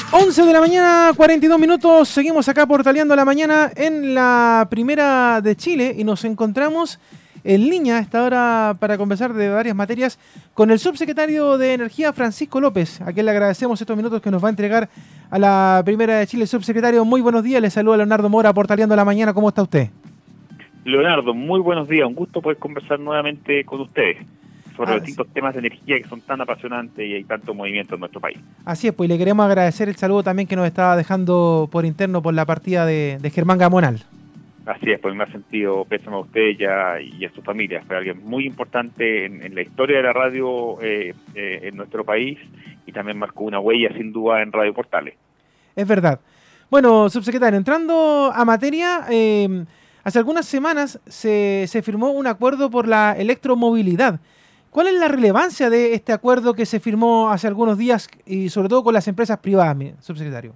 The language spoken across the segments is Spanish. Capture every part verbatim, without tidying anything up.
once de la mañana, cuarenta y dos minutos, seguimos acá portaleando la mañana en la primera de Chile y nos encontramos en línea a esta hora para conversar de varias materias con el subsecretario de Energía, Francisco López, a quien le agradecemos estos minutos que nos va a entregar a la primera de Chile. Subsecretario, muy buenos días, le saluda Leonardo Mora, portaleando la mañana, ¿cómo está usted? Leonardo, muy buenos días, un gusto poder conversar nuevamente con ustedes sobre ah, los distintos sí. temas de energía que son tan apasionantes y hay tanto movimiento en nuestro país. Así es, pues y le queremos agradecer el saludo también que nos estaba dejando por interno por la partida de, de Germán Gamonal. Así es, pues me ha sentido pésame a usted ya y a su familia. Fue alguien muy importante en, en la historia de la radio eh, eh, en nuestro país y también marcó una huella sin duda en Radio Portales. Es verdad. Bueno, subsecretario, entrando a materia, eh, hace algunas semanas se, se firmó un acuerdo por la electromovilidad. ¿Cuál es la relevancia de este acuerdo que se firmó hace algunos días y sobre todo con las empresas privadas, subsecretario?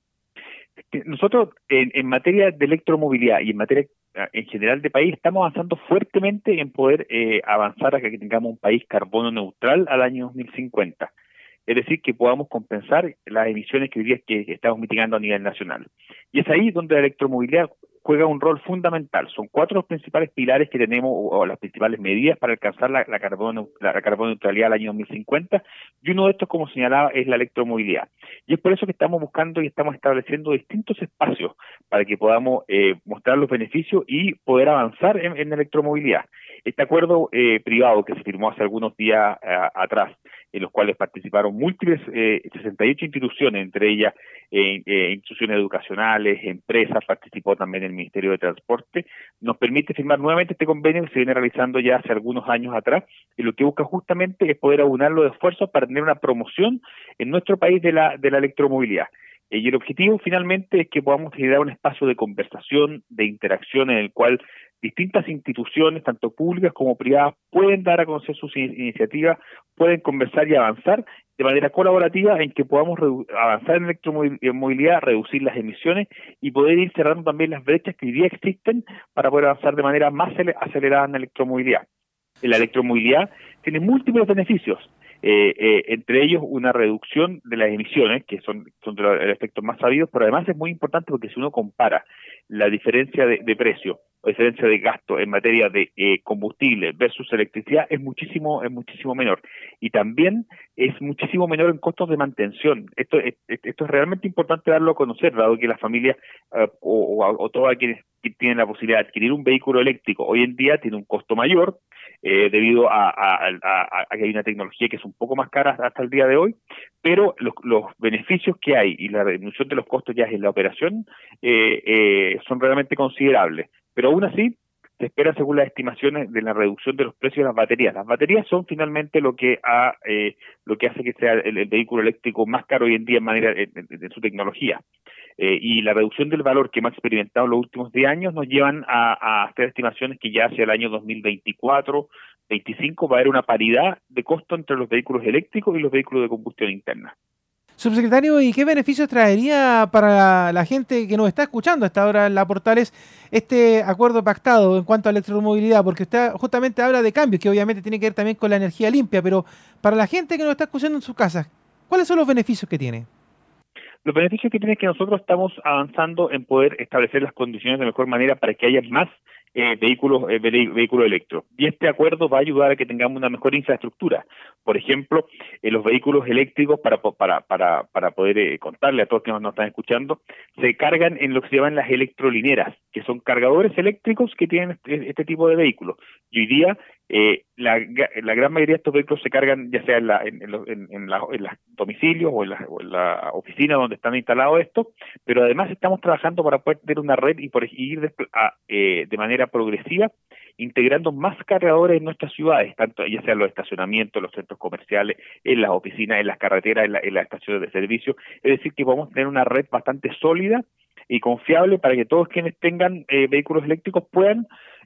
Nosotros en, en materia de electromovilidad y en materia en general de país estamos avanzando fuertemente en poder eh, avanzar a que tengamos un país carbono neutral al año dos mil cincuenta. Es decir, que podamos compensar las emisiones que hoy día que estamos mitigando a nivel nacional. Y es ahí donde la electromovilidad juega un rol fundamental. Son cuatro los principales pilares que tenemos, o, o las principales medidas para alcanzar la, la, carbono, la, la carbono neutralidad al año dos mil cincuenta, y uno de estos, como señalaba, es la electromovilidad. Y es por eso que estamos buscando y estamos estableciendo distintos espacios para que podamos eh, mostrar los beneficios y poder avanzar en, en electromovilidad. Este acuerdo eh, privado que se firmó hace algunos días eh, atrás, en los cuales participaron múltiples, eh, sesenta y ocho instituciones, entre ellas eh, eh, instituciones educacionales, empresas, participó también el Ministerio de Transporte, nos permite firmar nuevamente este convenio que se viene realizando ya hace algunos años atrás, y lo que busca justamente es poder aunar los esfuerzos para tener una promoción en nuestro país de la, de la electromovilidad. Y el objetivo finalmente es que podamos generar un espacio de conversación, de interacción en el cual distintas instituciones, tanto públicas como privadas, pueden dar a conocer sus iniciativas, pueden conversar y avanzar de manera colaborativa en que podamos avanzar en electromovilidad, reducir las emisiones y poder ir cerrando también las brechas que hoy día existen para poder avanzar de manera más acelerada en la electromovilidad. La electromovilidad tiene múltiples beneficios. Eh, eh, entre ellos una reducción de las emisiones, que son, son de los efectos más sabidos, pero además es muy importante porque si uno compara la diferencia de, de precio o diferencia de gasto en materia de eh, combustible versus electricidad es muchísimo es muchísimo menor, y también es muchísimo menor en costos de mantención. Esto es, esto es realmente importante darlo a conocer, dado que las familias uh, o, o, o todos quienes tienen la posibilidad de adquirir un vehículo eléctrico hoy en día tiene un costo mayor, Eh, debido a, a, a, a que hay una tecnología que es un poco más cara hasta el día de hoy, pero los, los beneficios que hay y la reducción de los costos ya en la operación eh, eh, son realmente considerables. Pero aún así, se espera, según las estimaciones, de la reducción de los precios de las baterías. Las baterías son finalmente lo que ha, eh, lo que hace que sea el, el vehículo eléctrico más caro hoy en día en manera en, en, en su tecnología. Eh, y la reducción del valor que hemos experimentado en los últimos diez años nos llevan a, a hacer estimaciones que ya hacia el año dos mil veinticuatro, veinticinco va a haber una paridad de costo entre los vehículos eléctricos y los vehículos de combustión interna. Subsecretario, ¿y qué beneficios traería para la gente que nos está escuchando hasta ahora en la Portales este acuerdo pactado en cuanto a electromovilidad? Porque usted justamente habla de cambios que obviamente tiene que ver también con la energía limpia, pero para la gente que nos está escuchando en sus casas, ¿cuáles son los beneficios que tiene? Los beneficios que tiene es que nosotros estamos avanzando en poder establecer las condiciones de mejor manera para que haya más eh, vehículos eh, vehículos eléctricos. Y este acuerdo va a ayudar a que tengamos una mejor infraestructura. Por ejemplo, eh, los vehículos eléctricos, para para para para poder eh, contarle a todos que nos, nos están escuchando, se cargan en lo que se llaman las electrolineras, que son cargadores eléctricos que tienen este, este tipo de vehículos. Y hoy día eh, la, la gran mayoría de estos vehículos se cargan ya sea en, la, en, en, en, la, en los domicilios o en, la, o en la oficina donde están instalados estos, pero además estamos trabajando para poder tener una red y por ir de, a, eh, de manera progresiva integrando más cargadores en nuestras ciudades, tanto ya sea en los estacionamientos, en los centros comerciales, en las oficinas, en las carreteras, en, la, en las estaciones de servicio. Es decir, que vamos a tener una red bastante sólida y confiable para que todos quienes tengan eh, vehículos eléctricos puedan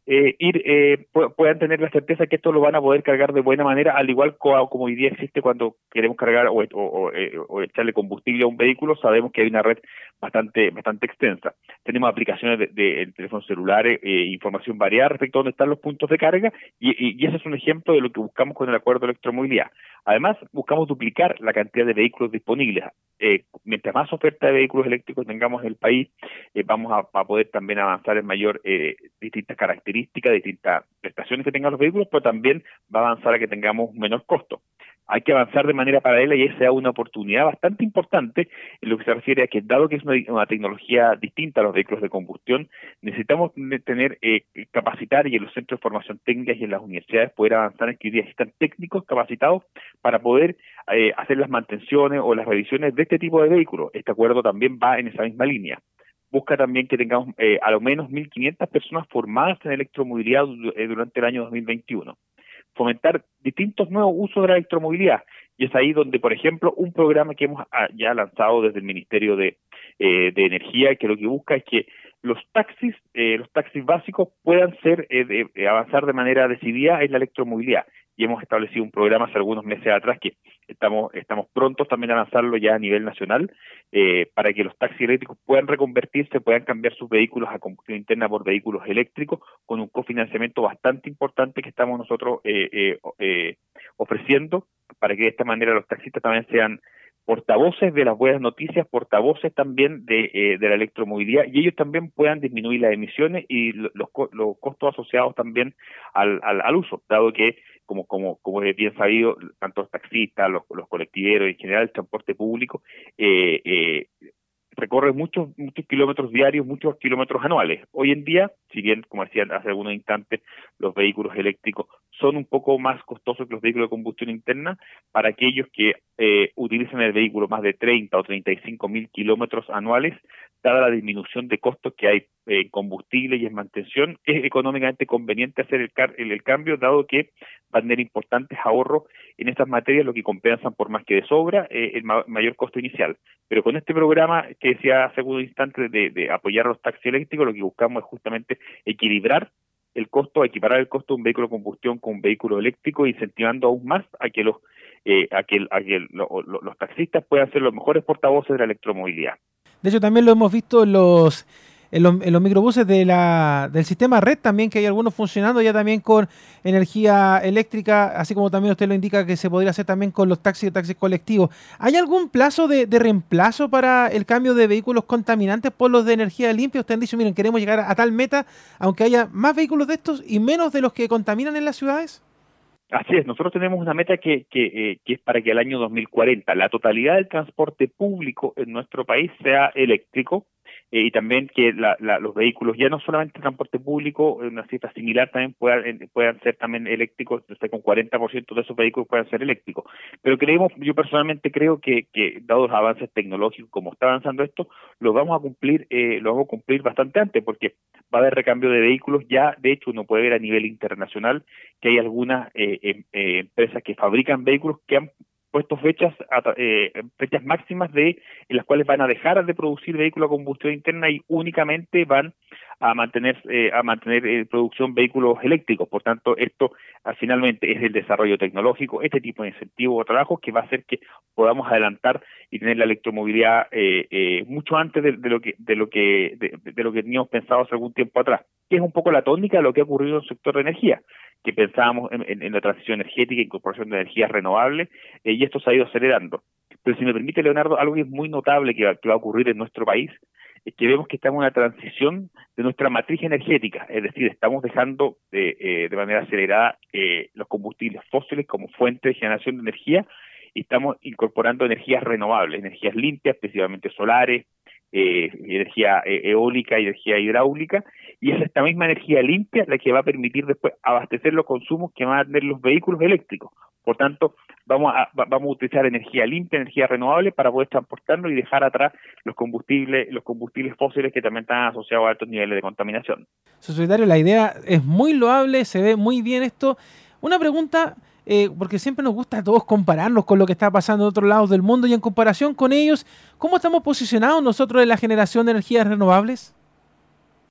eh, ir eh, pu- puedan tener la certeza que esto lo van a poder cargar de buena manera, al igual co- como hoy día existe cuando queremos cargar o, o, o, eh, o echarle combustible a un vehículo. Sabemos que hay una red bastante bastante extensa. Tenemos aplicaciones de, de, de teléfonos celulares, eh, información variada respecto a dónde están los puntos de carga, y, y, y ese es un ejemplo de lo que buscamos con el acuerdo de electromovilidad. Además, buscamos duplicar la cantidad de vehículos disponibles. Eh, mientras más oferta de vehículos eléctricos tengamos en el país, eh, vamos a, a poder también avanzar en mayor eh, distintas características, distintas prestaciones que tengan los vehículos, pero también va a avanzar a que tengamos menor costo. Hay que avanzar de manera paralela y esa es una oportunidad bastante importante en lo que se refiere a que, dado que es una, una tecnología distinta a los vehículos de combustión, necesitamos tener, eh, capacitar, y en los centros de formación técnica y en las universidades poder avanzar en que hoy día existan técnicos capacitados para poder eh, hacer las mantenciones o las revisiones de este tipo de vehículos. Este acuerdo también va en esa misma línea. Busca también que tengamos eh, a lo menos mil quinientas personas formadas en electromovilidad eh, durante el año dos mil veintiuno. Fomentar distintos nuevos usos de la electromovilidad. Y es ahí donde, por ejemplo, un programa que hemos ya lanzado desde el Ministerio de, eh, de Energía, que lo que busca es que los taxis, eh, los taxis básicos puedan ser eh, de, de avanzar de manera decidida en la electromovilidad. Y hemos establecido un programa hace algunos meses atrás que estamos estamos prontos también a lanzarlo ya a nivel nacional, eh, para que los taxis eléctricos puedan reconvertirse, puedan cambiar sus vehículos a combustión interna por vehículos eléctricos, con un cofinanciamiento bastante importante que estamos nosotros eh, eh, eh, ofreciendo, para que de esta manera los taxistas también sean portavoces de las buenas noticias, portavoces también de, eh, de la electromovilidad, y ellos también puedan disminuir las emisiones y los, los costos asociados también al, al, al uso, dado que, como como como es bien sabido, tanto los taxistas, los, los colectiveros y en general el transporte público eh, eh, recorre muchos muchos kilómetros diarios, muchos kilómetros anuales. Hoy en día, si bien, como decía hace algunos instantes, los vehículos eléctricos son un poco más costosos que los vehículos de combustión interna, para aquellos que eh, utilicen el vehículo más de treinta o treinta y cinco mil kilómetros anuales, dada la disminución de costos que hay en combustible y en mantención, es económicamente conveniente hacer el, car el, el cambio, dado que van a tener importantes ahorros en estas materias, lo que compensan por más que de sobra eh, el ma mayor costo inicial. Pero con este programa que decía hace un instante de, de apoyar a los taxis eléctricos, lo que buscamos es justamente equilibrar el costo, equiparar el costo de un vehículo de combustión con un vehículo eléctrico, incentivando aún más a que los eh, a que, a que lo, lo, los taxistas puedan ser los mejores portavoces de la electromovilidad. De hecho, también lo hemos visto en los, en los, en los microbuses de la, del sistema red también, que hay algunos funcionando ya también con energía eléctrica, así como también usted lo indica que se podría hacer también con los taxis y taxis colectivos. ¿Hay algún plazo de, de reemplazo para el cambio de vehículos contaminantes por los de energía limpia? Usted han dicho, miren, queremos llegar a, a tal meta, aunque haya más vehículos de estos y menos de los que contaminan en las ciudades. Así es, nosotros tenemos una meta que, que, eh, que es para que el año dos mil cuarenta la totalidad del transporte público en nuestro país sea eléctrico, eh, y también que la, la, los vehículos, ya no solamente el transporte público, una cifra similar también puedan, puedan ser también eléctricos, o con cuarenta por ciento de esos vehículos puedan ser eléctricos. Pero creemos, yo personalmente creo que, que dados los avances tecnológicos, como está avanzando esto, lo vamos a cumplir, eh, lo vamos a cumplir bastante antes, porque va a haber recambio de vehículos. Ya, de hecho, uno puede ver a nivel internacional que hay algunas eh, eh, empresas que fabrican vehículos que han puesto fechas eh, fechas máximas de en las cuales van a dejar de producir vehículos a combustión interna y únicamente van a mantener eh, a mantener eh, producción vehículos eléctricos. Por tanto, esto ah, finalmente es el desarrollo tecnológico, este tipo de incentivos o trabajos que va a hacer que podamos adelantar y tener la electromovilidad eh, eh, mucho antes de, de lo que de lo que de, de lo que teníamos pensado hace algún tiempo atrás, que es un poco la tónica de lo que ha ocurrido en el sector de energía, que pensábamos en, en, en la transición energética, incorporación de energías renovables, eh, y esto se ha ido acelerando. Pero si me permite, Leonardo, algo que es muy notable que va, que va a ocurrir en nuestro país, es que vemos que estamos en una transición de nuestra matriz energética, es decir, estamos dejando de, eh, de manera acelerada eh, los combustibles fósiles como fuente de generación de energía, y estamos incorporando energías renovables, energías limpias, principalmente solares, eh, energía eh, eólica y energía hidráulica, y es esta misma energía limpia la que va a permitir después abastecer los consumos que van a tener los vehículos eléctricos. Por tanto, vamos a, vamos a utilizar energía limpia, energía renovable para poder transportarlo y dejar atrás los combustibles, los combustibles fósiles que también están asociados a altos niveles de contaminación. Secretario, la idea es muy loable, se ve muy bien esto. Una pregunta, eh, porque siempre nos gusta a todos compararnos con lo que está pasando en otros lados del mundo, y en comparación con ellos, ¿cómo estamos posicionados nosotros en la generación de energías renovables?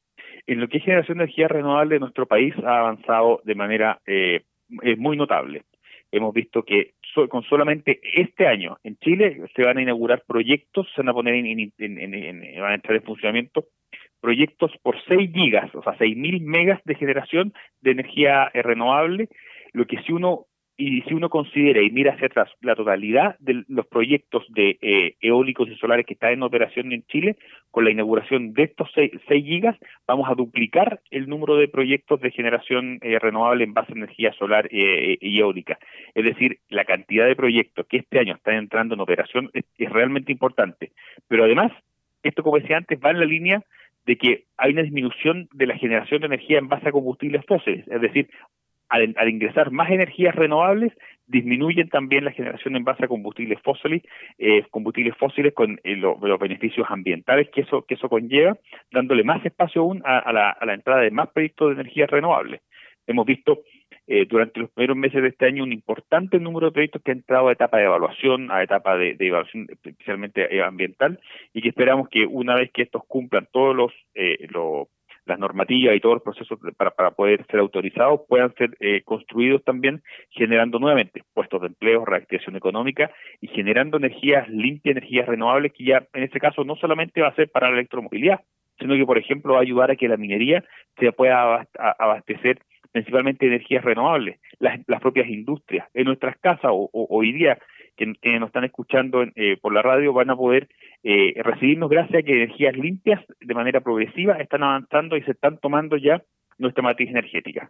En lo que es generación de energía renovable, nuestro país ha avanzado de manera eh, muy notable. Hemos visto que so, con solamente este año en Chile se van a inaugurar proyectos, se van a poner en, en, en, en, en van a entrar en funcionamiento proyectos por seis gigas, o sea, seis mil megas de generación de energía eh, renovable, lo que si uno y si uno considera y mira hacia atrás la totalidad de los proyectos de eh, eólicos y solares que están en operación en Chile, con la inauguración de estos seis gigas, vamos a duplicar el número de proyectos de generación eh, renovable en base a energía solar eh, y eólica. Es decir, la cantidad de proyectos que este año están entrando en operación es, es realmente importante. Pero además, esto, como decía antes, va en la línea de que hay una disminución de la generación de energía en base a combustibles fósiles, es decir, Al, al ingresar más energías renovables, disminuyen también la generación en base a combustibles fósiles, eh, combustibles fósiles con eh, lo, los beneficios ambientales que eso que eso conlleva, dándole más espacio aún a, a, la, a la entrada de más proyectos de energías renovables. Hemos visto eh, durante los primeros meses de este año un importante número de proyectos que han entrado a etapa de evaluación, a etapa de, de evaluación especialmente eh, ambiental, y que esperamos que una vez que estos cumplan todos los eh, los las normativas y todos los procesos para, para poder ser autorizados puedan ser eh, construidos también, generando nuevamente puestos de empleo, reactivación económica y generando energías limpias, energías renovables, que ya en este caso no solamente va a ser para la electromovilidad, sino que, por ejemplo, va a ayudar a que la minería se pueda abastecer principalmente de energías renovables, las, las propias industrias. En nuestras casas o, o, hoy día, que, que nos están escuchando eh, por la radio, van a poder eh, recibirnos gracias a que energías limpias de manera progresiva están avanzando y se están tomando ya nuestra matriz energética.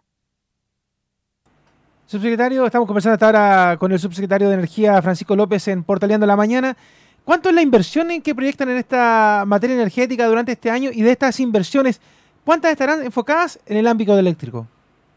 Subsecretario, estamos conversando hasta ahora con el subsecretario de Energía, Francisco López, en Portaleando la Mañana. ¿Cuánto es la inversión en que proyectan en esta materia energética durante este año? Y de estas inversiones, ¿cuántas estarán enfocadas en el ámbito eléctrico?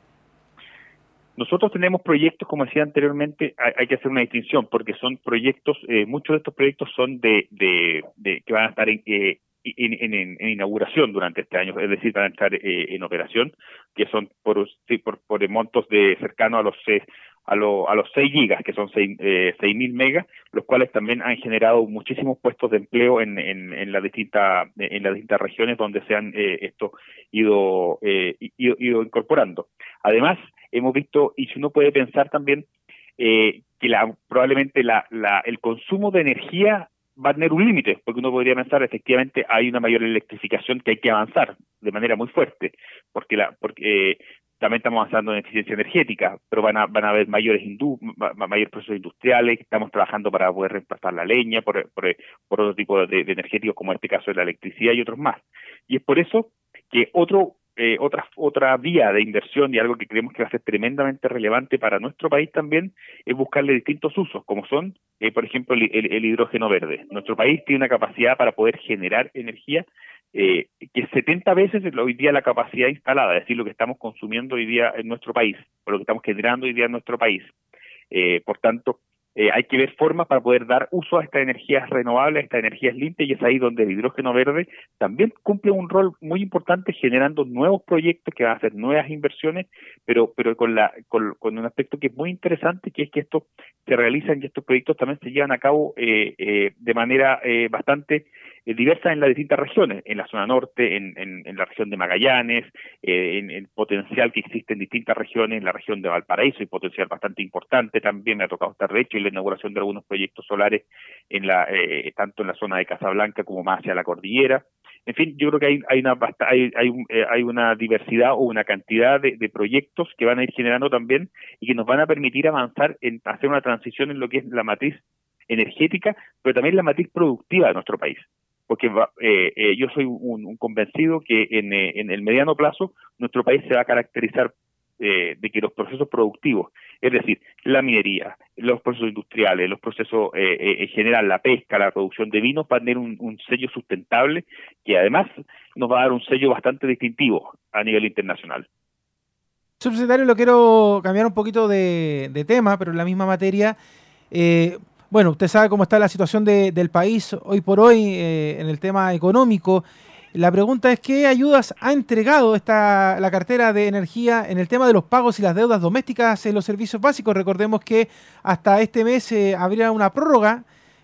Nosotros tenemos proyectos, como decía anteriormente, hay, hay que hacer una distinción, porque son proyectos, eh, muchos de estos proyectos son de, de, de que van a estar en, eh, en, en, en inauguración durante este año, es decir, van a estar eh, en operación, que son por, sí, por, por montos de cercano a los seis, a, lo, a los seis gigas, que son seis mil megas, los cuales también han generado muchísimos puestos de empleo en, en, en las distintas en las distintas regiones donde se han eh, esto ido, eh, ido ido incorporando. Además, hemos visto, y si uno puede pensar también, eh, que la, probablemente la, la, el consumo de energía va a tener un límite, porque uno podría pensar, efectivamente, hay una mayor electrificación que hay que avanzar de manera muy fuerte, porque la porque eh, también estamos avanzando en eficiencia energética, pero van a van a haber mayores indu mayores procesos industriales, estamos trabajando para poder reemplazar la leña por, por, por otro tipo de, de energéticos, como en este caso de la electricidad y otros más. Y es por eso que otro Eh, otra otra vía de inversión y algo que creemos que va a ser tremendamente relevante para nuestro país también es buscarle distintos usos, como son, eh, por ejemplo, el, el, el hidrógeno verde. Nuestro país tiene una capacidad para poder generar energía eh, que es setenta veces hoy día la capacidad instalada, es decir, lo que estamos consumiendo hoy día en nuestro país, o lo que estamos generando hoy día en nuestro país. Eh, por tanto, Eh, hay que ver formas para poder dar uso a estas energías renovables, a estas energías limpias, y es ahí donde el hidrógeno verde también cumple un rol muy importante generando nuevos proyectos que van a hacer nuevas inversiones, pero pero con la con, con un aspecto que es muy interesante, que es que esto se realizan y estos proyectos también se llevan a cabo eh, eh, de manera eh, bastante eh, diversa en las distintas regiones, en la zona norte, en, en, en la región de Magallanes, eh, en el potencial que existe en distintas regiones, en la región de Valparaíso, hay potencial bastante importante también, me ha tocado estar de hecho, y la inauguración de algunos proyectos solares en la eh, tanto en la zona de Casablanca como más hacia la cordillera. En fin, yo creo que hay hay una hay hay, eh, hay una diversidad o una cantidad de, de proyectos que van a ir generando también y que nos van a permitir avanzar en hacer una transición en lo que es la matriz energética, pero también la matriz productiva de nuestro país. Porque va, eh, eh, yo soy un, un convencido que en, eh, en el mediano plazo nuestro país se va a caracterizar Eh, de que los procesos productivos, es decir, la minería, los procesos industriales, los procesos eh, eh, en general, la pesca, la producción de vinos, van a tener un, un sello sustentable que además nos va a dar un sello bastante distintivo a nivel internacional. Subsecretario, lo quiero cambiar un poquito de, de tema, pero en la misma materia. Eh, bueno, usted sabe cómo está la situación de, del país hoy por hoy eh, en el tema económico. La pregunta es, ¿qué ayudas ha entregado esta, la cartera de energía en el tema de los pagos y las deudas domésticas en los servicios básicos? Recordemos que hasta este mes eh, habría una prórroga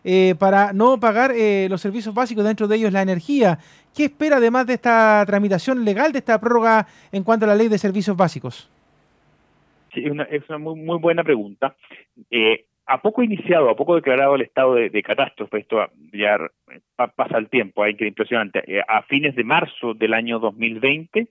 eh, para no pagar eh, los servicios básicos, dentro de ellos la energía. ¿Qué espera además de esta tramitación legal, de esta prórroga en cuanto a la ley de servicios básicos? Sí, es una, es una muy, muy buena pregunta. Eh, a poco iniciado, a poco declarado el estado de, de catástrofe, esto ya pa, pasa el tiempo, hay que impresionante, eh, a fines de marzo del año dos mil veinte,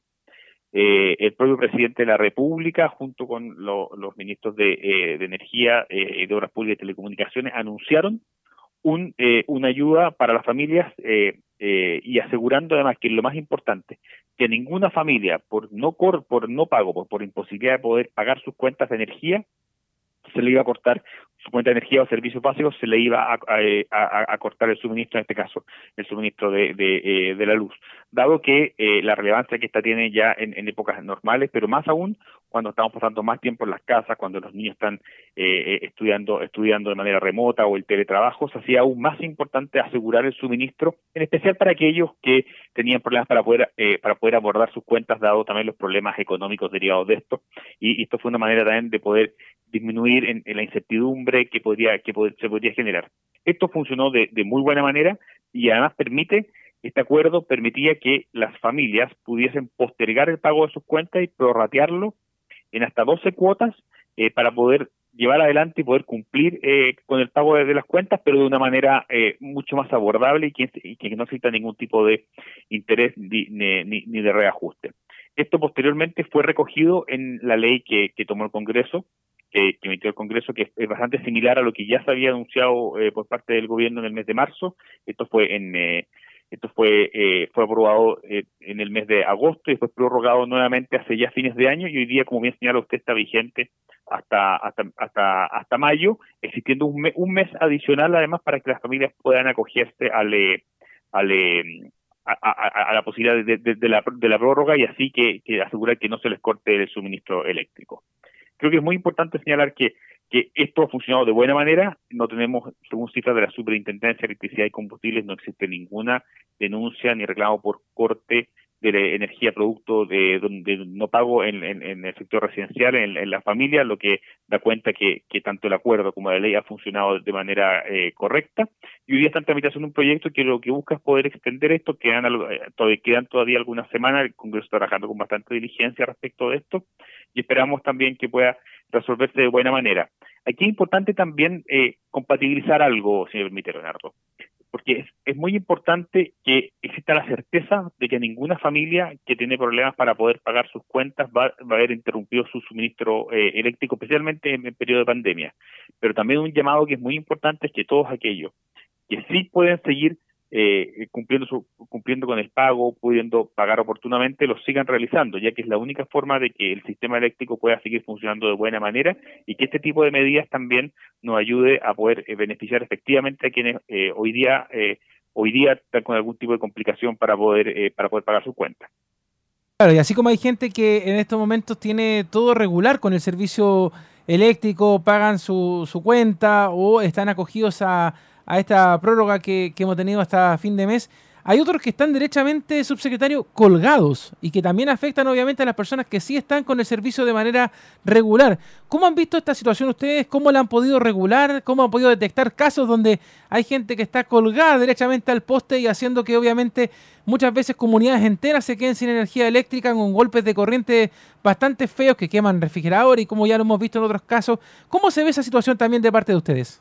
eh, el propio presidente de la República, junto con lo, los ministros de, eh, de Energía eh, y de Obras Públicas y Telecomunicaciones, anunciaron un, eh, una ayuda para las familias eh, eh, y asegurando además que lo más importante, que ninguna familia por no cor por no pago, por, por imposibilidad de poder pagar sus cuentas de energía, se le iba a cortar su cuenta de energía o servicios básicos, se le iba a, a, a, a cortar el suministro, en este caso, el suministro de, de, eh, de la luz. Dado que eh, la relevancia que esta tiene ya en, en épocas normales, pero más aún cuando estamos pasando más tiempo en las casas, cuando los niños están eh, estudiando estudiando de manera remota o el teletrabajo, se hacía aún más importante asegurar el suministro, en especial para aquellos que tenían problemas para poder eh, para poder abordar sus cuentas, dado también los problemas económicos derivados de esto. Y, y esto fue una manera también de poder disminuir en, en la incertidumbre que podría que pod se podría generar. Esto funcionó de, de muy buena manera y además permite, este acuerdo permitía que las familias pudiesen postergar el pago de sus cuentas y prorratearlo en hasta doce cuotas eh, para poder llevar adelante y poder cumplir eh, con el pago de, de las cuentas, pero de una manera eh, mucho más abordable y que, y que no necesita ningún tipo de interés ni, ni, ni de reajuste. Esto posteriormente fue recogido en la ley que, que tomó el Congreso, que, que emitió el Congreso, que es bastante similar a lo que ya se había anunciado eh, por parte del gobierno en el mes de marzo. Esto fue en eh, esto fue eh, fue aprobado eh, en el mes de agosto y fue prorrogado nuevamente hace ya fines de año, y hoy día, como bien señala usted, está vigente hasta hasta hasta hasta mayo, existiendo un, me, un mes adicional además para que las familias puedan acogerse al eh, al eh, A, a, a la posibilidad de, de, de, la, de la prórroga, y así que, que asegurar que no se les corte el suministro eléctrico. Creo que es muy importante señalar que, que esto ha funcionado de buena manera. No tenemos, según cifras de la Superintendencia de Electricidad y Combustibles, no existe ninguna denuncia ni reclamo por corte de la energía producto de, de, de no pago en, en, en el sector residencial, en, en la familia, lo que da cuenta que, que tanto el acuerdo como la ley ha funcionado de manera eh, correcta. Y hoy día está en tramitación un proyecto que lo que busca es poder extender esto. Quedan, todavía, quedan todavía algunas semanas, el Congreso está trabajando con bastante diligencia respecto de esto y esperamos también que pueda resolverse de buena manera. Aquí es importante también eh, compatibilizar algo, si me permite, Leonardo, porque es, es muy importante que exista la certeza de que ninguna familia que tiene problemas para poder pagar sus cuentas va, va a haber interrumpido su suministro eh, eléctrico, especialmente en el periodo de pandemia. Pero también un llamado que es muy importante es que todos aquellos que sí pueden seguir eh, cumpliendo su, cumpliendo con el pago, pudiendo pagar oportunamente, lo sigan realizando, ya que es la única forma de que el sistema eléctrico pueda seguir funcionando de buena manera, y que este tipo de medidas también nos ayude a poder eh, beneficiar efectivamente a quienes eh, hoy día eh, hoy día están con algún tipo de complicación para poder eh, para poder pagar sus cuentas. Claro, y así como hay gente que en estos momentos tiene todo regular con el servicio eléctrico, pagan su, su cuenta o están acogidos a, a esta prórroga que, que hemos tenido hasta fin de mes, hay otros que están derechamente, subsecretario, colgados y que también afectan obviamente a las personas que sí están con el servicio de manera regular. ¿Cómo han visto esta situación ustedes? ¿Cómo la han podido regular? ¿Cómo han podido detectar casos donde hay gente que está colgada derechamente al poste y haciendo que obviamente muchas veces comunidades enteras se queden sin energía eléctrica con golpes de corriente bastante feos que queman refrigeradores, y como ya lo hemos visto en otros casos? ¿Cómo se ve esa situación también de parte de ustedes?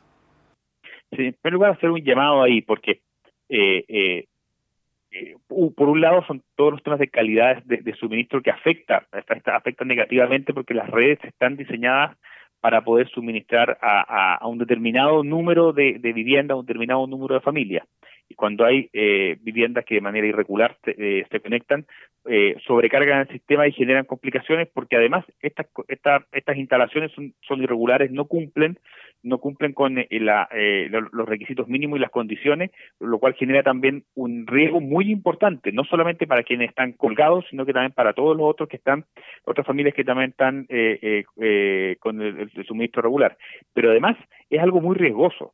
Sí, en primer lugar, hacer un llamado ahí, porque eh, eh, Eh, por un lado son todos los temas de calidad de, de suministro que afecta, afectan negativamente, porque las redes están diseñadas para poder suministrar a, a, a un determinado número de, de viviendas, a un determinado número de familias. Y cuando hay eh, viviendas que de manera irregular se, eh, se conectan, eh, sobrecargan el sistema y generan complicaciones, porque además estas esta, estas instalaciones son, son irregulares, no cumplen no cumplen con eh, la, eh, los requisitos mínimos y las condiciones, lo cual genera también un riesgo muy importante, no solamente para quienes están colgados, sino que también para todos los otros que están, otras familias que también están eh, eh, eh, con el, el suministro regular. Pero además es algo muy riesgoso.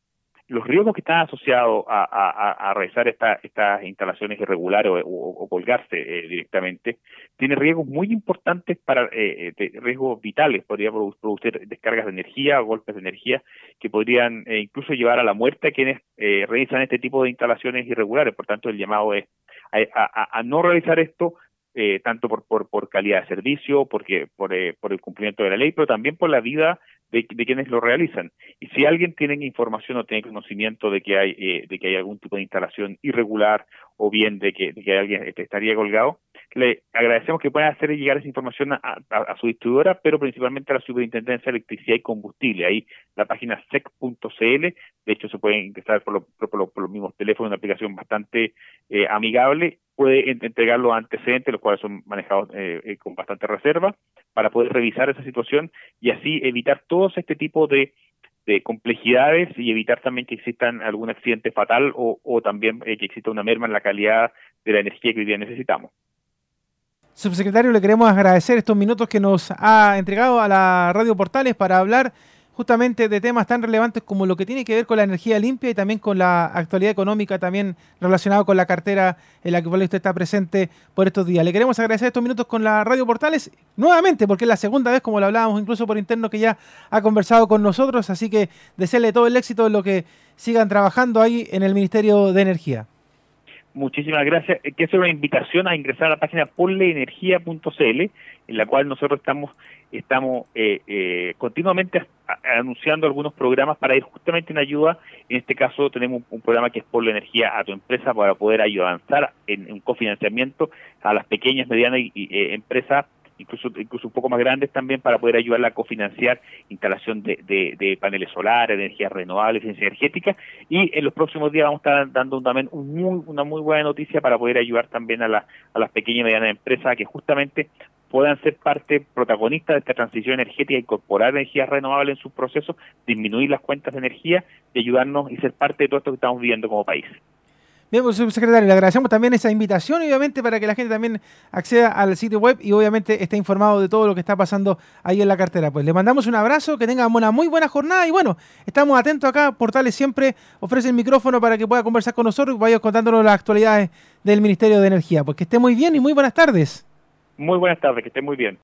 los riesgos que están asociados a, a, a realizar esta, estas instalaciones irregulares o, o, o colgarse eh, directamente, tiene riesgos muy importantes para eh, de riesgos vitales, podría producir descargas de energía o golpes de energía que podrían eh, incluso llevar a la muerte a quienes eh, realizan este tipo de instalaciones irregulares. Por tanto, el llamado es a, a, a no realizar esto, eh, tanto por, por, por calidad de servicio, porque por, eh, por el cumplimiento de la ley, pero también por la vida de, de quienes lo realizan. Y si alguien tiene información o tiene conocimiento de que hay eh, de que hay algún tipo de instalación irregular o bien de que, de que alguien estaría colgado, le agradecemos que puedan hacer llegar esa información a, a, a su distribuidora, pero principalmente a la Superintendencia de Electricidad y Combustible. Ahí la página s e c punto c l, de hecho se puede ingresar por, lo, por, lo, por los mismos teléfonos, una aplicación bastante eh, amigable, puede entregar los antecedentes, los cuales son manejados eh, eh, con bastante reserva, para poder revisar esa situación y así evitar todos este tipo de, de complejidades y evitar también que existan algún accidente fatal o, o también eh, que exista una merma en la calidad de la energía que hoy día necesitamos. Subsecretario, le queremos agradecer estos minutos que nos ha entregado a la Radio Portales para hablar justamente de temas tan relevantes como lo que tiene que ver con la energía limpia y también con la actualidad económica también relacionado con la cartera en la que usted está presente por estos días. Le queremos agradecer estos minutos con la Radio Portales nuevamente porque es la segunda vez, como lo hablábamos incluso por interno, que ya ha conversado con nosotros, así que desearle todo el éxito en lo que sigan trabajando ahí en el Ministerio de Energía. Muchísimas gracias. Quiero hacer una invitación a ingresar a la página ponleenergia punto c l, en la cual nosotros estamos estamos eh, eh, continuamente a, a, anunciando algunos programas para ir justamente en ayuda. En este caso tenemos un, un programa que es Ponle Energía a tu empresa para poder ayudar, avanzar en, en un cofinanciamiento a las pequeñas, medianas y, y eh, empresas, incluso incluso un poco más grandes también, para poder ayudarla a cofinanciar instalación de, de, de paneles solares, de energías renovables, eficiencia energética, y en los próximos días vamos a estar dando también un muy, una muy buena noticia para poder ayudar también a, la, a las pequeñas y medianas empresas a que justamente puedan ser parte protagonista de esta transición energética, incorporar energías renovables en sus procesos, disminuir las cuentas de energía y ayudarnos y ser parte de todo esto que estamos viviendo como país. Bien, pues, subsecretario, le agradecemos también esa invitación, obviamente, para que la gente también acceda al sitio web y obviamente esté informado de todo lo que está pasando ahí en la cartera. Pues le mandamos un abrazo, que tengan una muy buena jornada y bueno, estamos atentos acá. Portales siempre ofrece el micrófono para que pueda conversar con nosotros y vaya contándonos las actualidades del Ministerio de Energía. Pues que esté muy bien y muy buenas tardes. Muy buenas tardes, que esté muy bien.